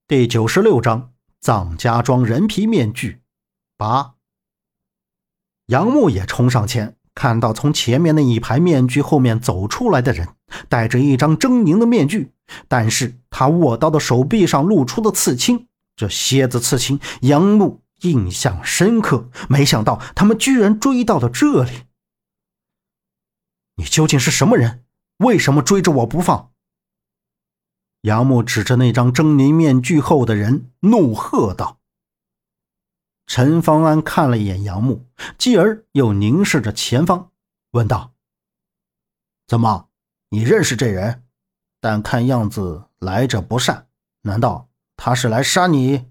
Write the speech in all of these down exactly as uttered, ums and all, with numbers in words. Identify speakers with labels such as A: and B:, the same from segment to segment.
A: 第九十六章藏家庄人皮面具八。杨木也冲上前，看到从前面那一排面具后面走出来的人戴着一张狰狞的面具，但是他握刀的手臂上露出的刺青，这蝎子刺青杨木印象深刻，没想到他们居然追到了这里。你究竟是什么人？为什么追着我不放？杨木指着那张狰狞面具后的人怒喝道。陈方安看了一眼杨木，继而又凝视着前方，问道：怎么，你认识这人？但看样子来者不善，难道他是来杀你？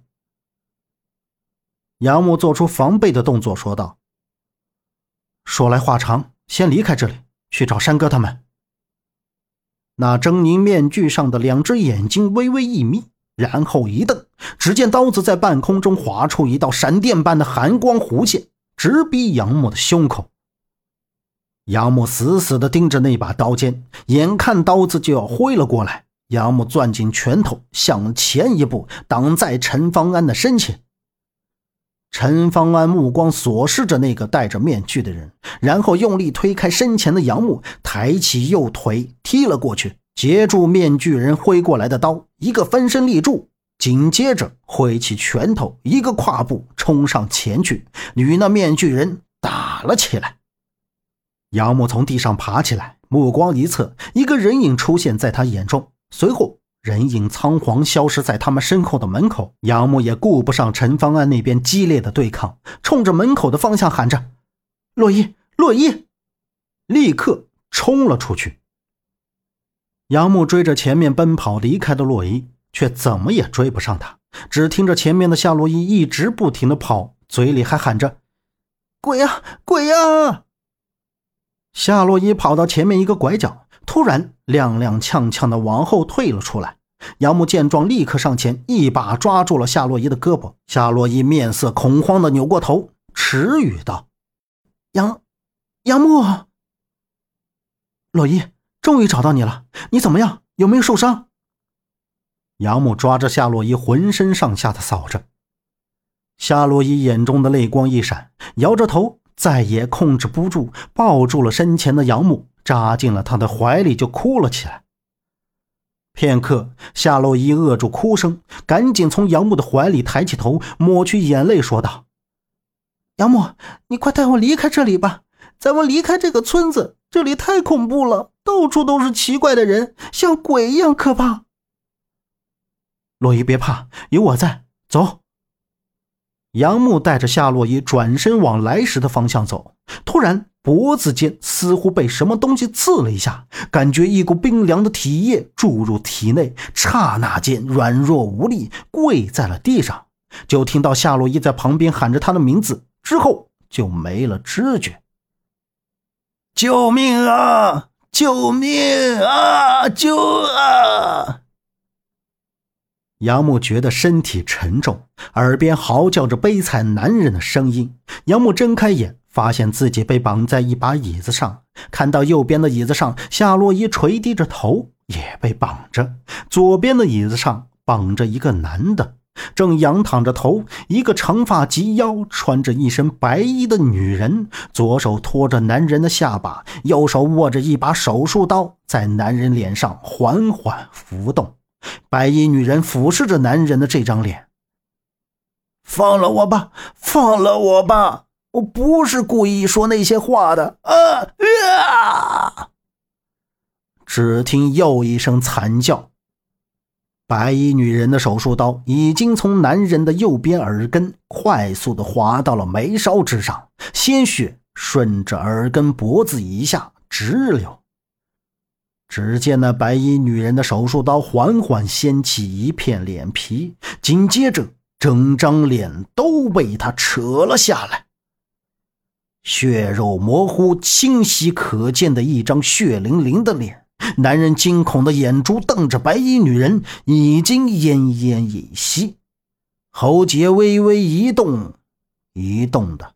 A: 杨木做出防备的动作说道。说来话长，先离开这里，去找山哥他们。那狰狞面具上的两只眼睛微微一眯，然后一瞪，只见刀子在半空中划出一道闪电般的寒光弧线，直逼杨木的胸口。杨木死死地盯着那把刀尖，眼看刀子就要挥了过来，杨木攥紧拳头向前一步，挡在陈方安的身前。陈方安目光锁视着那个戴着面具的人，然后用力推开身前的杨木，抬起右腿踢了过去，截住面具人挥过来的刀，一个分身立住，紧接着挥起拳头，一个跨步冲上前去，与那面具人打了起来。杨木从地上爬起来，目光一侧，一个人影出现在他眼中，随后人影仓皇消失在他们身后的门口。杨木也顾不上陈方安那边激烈的对抗，冲着门口的方向喊着：洛伊，洛伊！立刻冲了出去。杨木追着前面奔跑离开的洛伊，却怎么也追不上他，只听着前面的夏洛伊一直不停地跑，嘴里还喊着：鬼呀，鬼呀！夏洛伊跑到前面一个拐角，突然踉踉跄跄地往后退了出来。杨木见状，立刻上前一把抓住了夏洛伊的胳膊。夏洛伊面色恐慌地扭过头，迟语道：杨杨木。洛伊，终于找到你了，你怎么样？有没有受伤？杨木抓着夏洛伊浑身上下的扫着。夏洛伊眼中的泪光一闪，摇着头，再也控制不住，抱住了身前的杨木，扎进了他的怀里，就哭了起来。片刻，夏洛伊扼住哭声，赶紧从杨木的怀里抬起头，抹去眼泪，说道：杨木，你快带我离开这里吧，咱们离开这个村子，这里太恐怖了，到处都是奇怪的人，像鬼一样可怕。洛伊别怕，有我在，走。杨木带着夏洛伊转身往来时的方向走，突然脖子间似乎被什么东西刺了一下，感觉一股冰凉的体液注入体内，刹那间软弱无力，跪在了地上。就听到夏洛伊在旁边喊着他的名字，之后就没了知觉。救命啊！救命啊！救啊！杨木觉得身体沉重，耳边嚎叫着悲惨男人的声音。杨木睁开眼，发现自己被绑在一把椅子上，看到右边的椅子上夏洛伊垂低着头也被绑着，左边的椅子上绑着一个男的，正仰躺着头，一个长发及腰穿着一身白衣的女人，左手托着男人的下巴，右手握着一把手术刀，在男人脸上缓缓浮动。白衣女人俯视着男人的这张脸：放了我吧，放了我吧，我不是故意说那些话的啊啊！只听又一声惨叫，白衣女人的手术刀已经从男人的右边耳根快速地划到了眉梢之上，鲜血顺着耳根脖子以下直流。只见那白衣女人的手术刀缓缓掀起一片脸皮，紧接着整张脸都被她扯了下来，血肉模糊，清晰可见的一张血淋淋的脸。男人惊恐的眼珠瞪着白衣女人，已经奄奄一息，喉结微微一动一动的。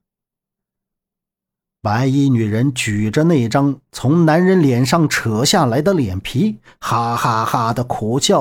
A: 白衣女人举着那张从男人脸上扯下来的脸皮，哈哈哈的苦笑着，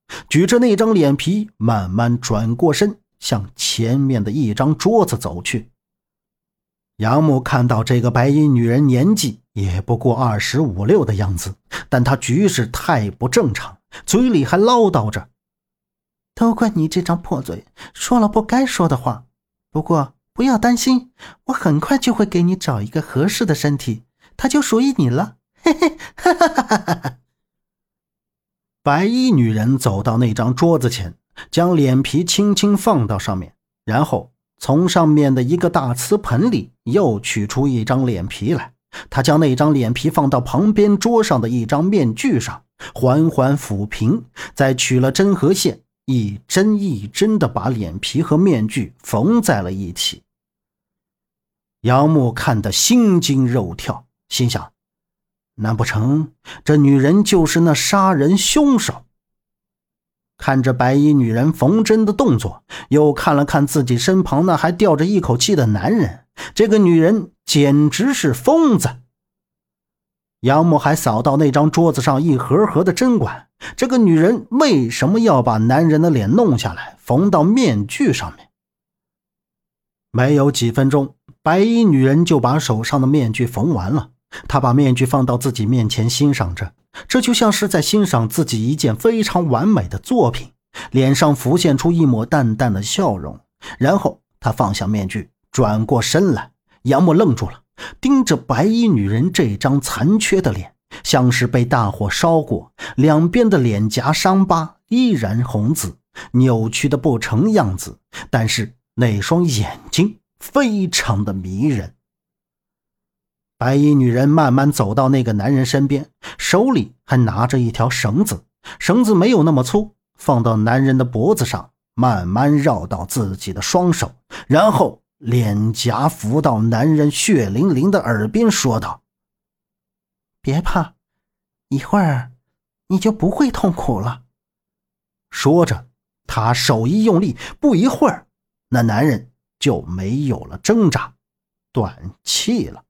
A: 举着那张脸皮慢慢转过身，向前面的一张桌子走去。杨木看到这个白衣女人年纪也不过二十五六的样子，但她局势太不正常，嘴里还唠叨着：
B: 都怪你这张破嘴，说了不该说的话。不过不要担心，我很快就会给你找一个合适的身体，它就属于你了。嘿嘿，哈哈哈哈哈。
A: 白衣女人走到那张桌子前，将脸皮轻轻放到上面，然后从上面的一个大瓷盆里又取出一张脸皮来。她将那张脸皮放到旁边桌上的一张面具上，缓缓抚平，再取了针和线，一针一针地把脸皮和面具缝在了一起。杨木看得心惊肉跳，心想，难不成这女人就是那杀人凶手？看着白衣女人缝针的动作，又看了看自己身旁那还吊着一口气的男人，这个女人简直是疯子。杨木还扫到那张桌子上一盒盒的针管，这个女人为什么要把男人的脸弄下来缝到面具上面？没有几分钟，白衣女人就把手上的面具缝完了。她把面具放到自己面前欣赏着，这就像是在欣赏自己一件非常完美的作品，脸上浮现出一抹淡淡的笑容。然后她放下面具，转过身来。杨木愣住了，盯着白衣女人这张残缺的脸，像是被大火烧过，两边的脸颊伤疤依然红紫，扭曲的不成样子，但是那双眼睛非常的迷人。白衣女人慢慢走到那个男人身边，手里还拿着一条绳子，绳子没有那么粗，放到男人的脖子上，慢慢绕到自己的双手，然后脸颊扶到男人血淋淋的耳边说道：
B: 别怕，一会儿你就不会痛苦了。
A: 说着，他手一用力，不一会儿，那男人就没有了挣扎，断气了。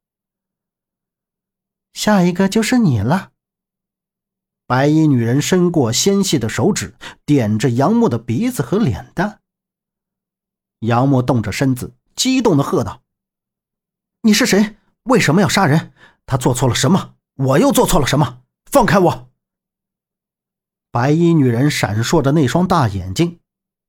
B: 下一个就是你了。
A: 白衣女人伸过纤细的手指，点着杨木的鼻子和脸蛋。杨木动着身子，激动地喝道：你是谁？为什么要杀人？他做错了什么？我又做错了什么？放开我！白衣女人闪烁着那双大眼睛。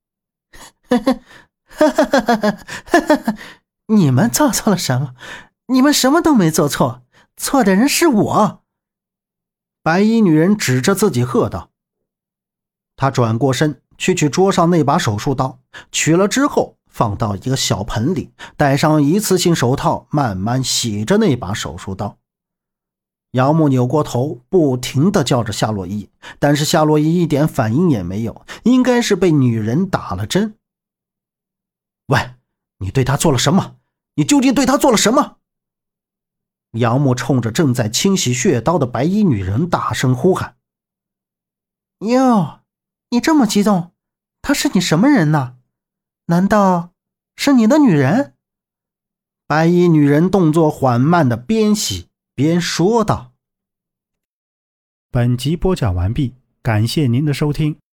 B: 你们做错了什么？你们什么都没做错，错的人是我。
A: 白衣女人指着自己喝道。她转过身去取桌上那把手术刀，取了之后放到一个小盆里，戴上一次性手套，慢慢洗着那把手术刀。杨木扭过头，不停地叫着夏洛伊，但是夏洛伊一点反应也没有，应该是被女人打了针。喂，你对她做了什么？你究竟对她做了什么？杨木冲着正在清洗血刀的白衣女人大声呼喊。
B: 哟，你这么激动，她是你什么人呢？难道是你的女人？
A: 白衣女人动作缓慢地边洗边说道。
C: 本集播讲完毕，感谢您的收听。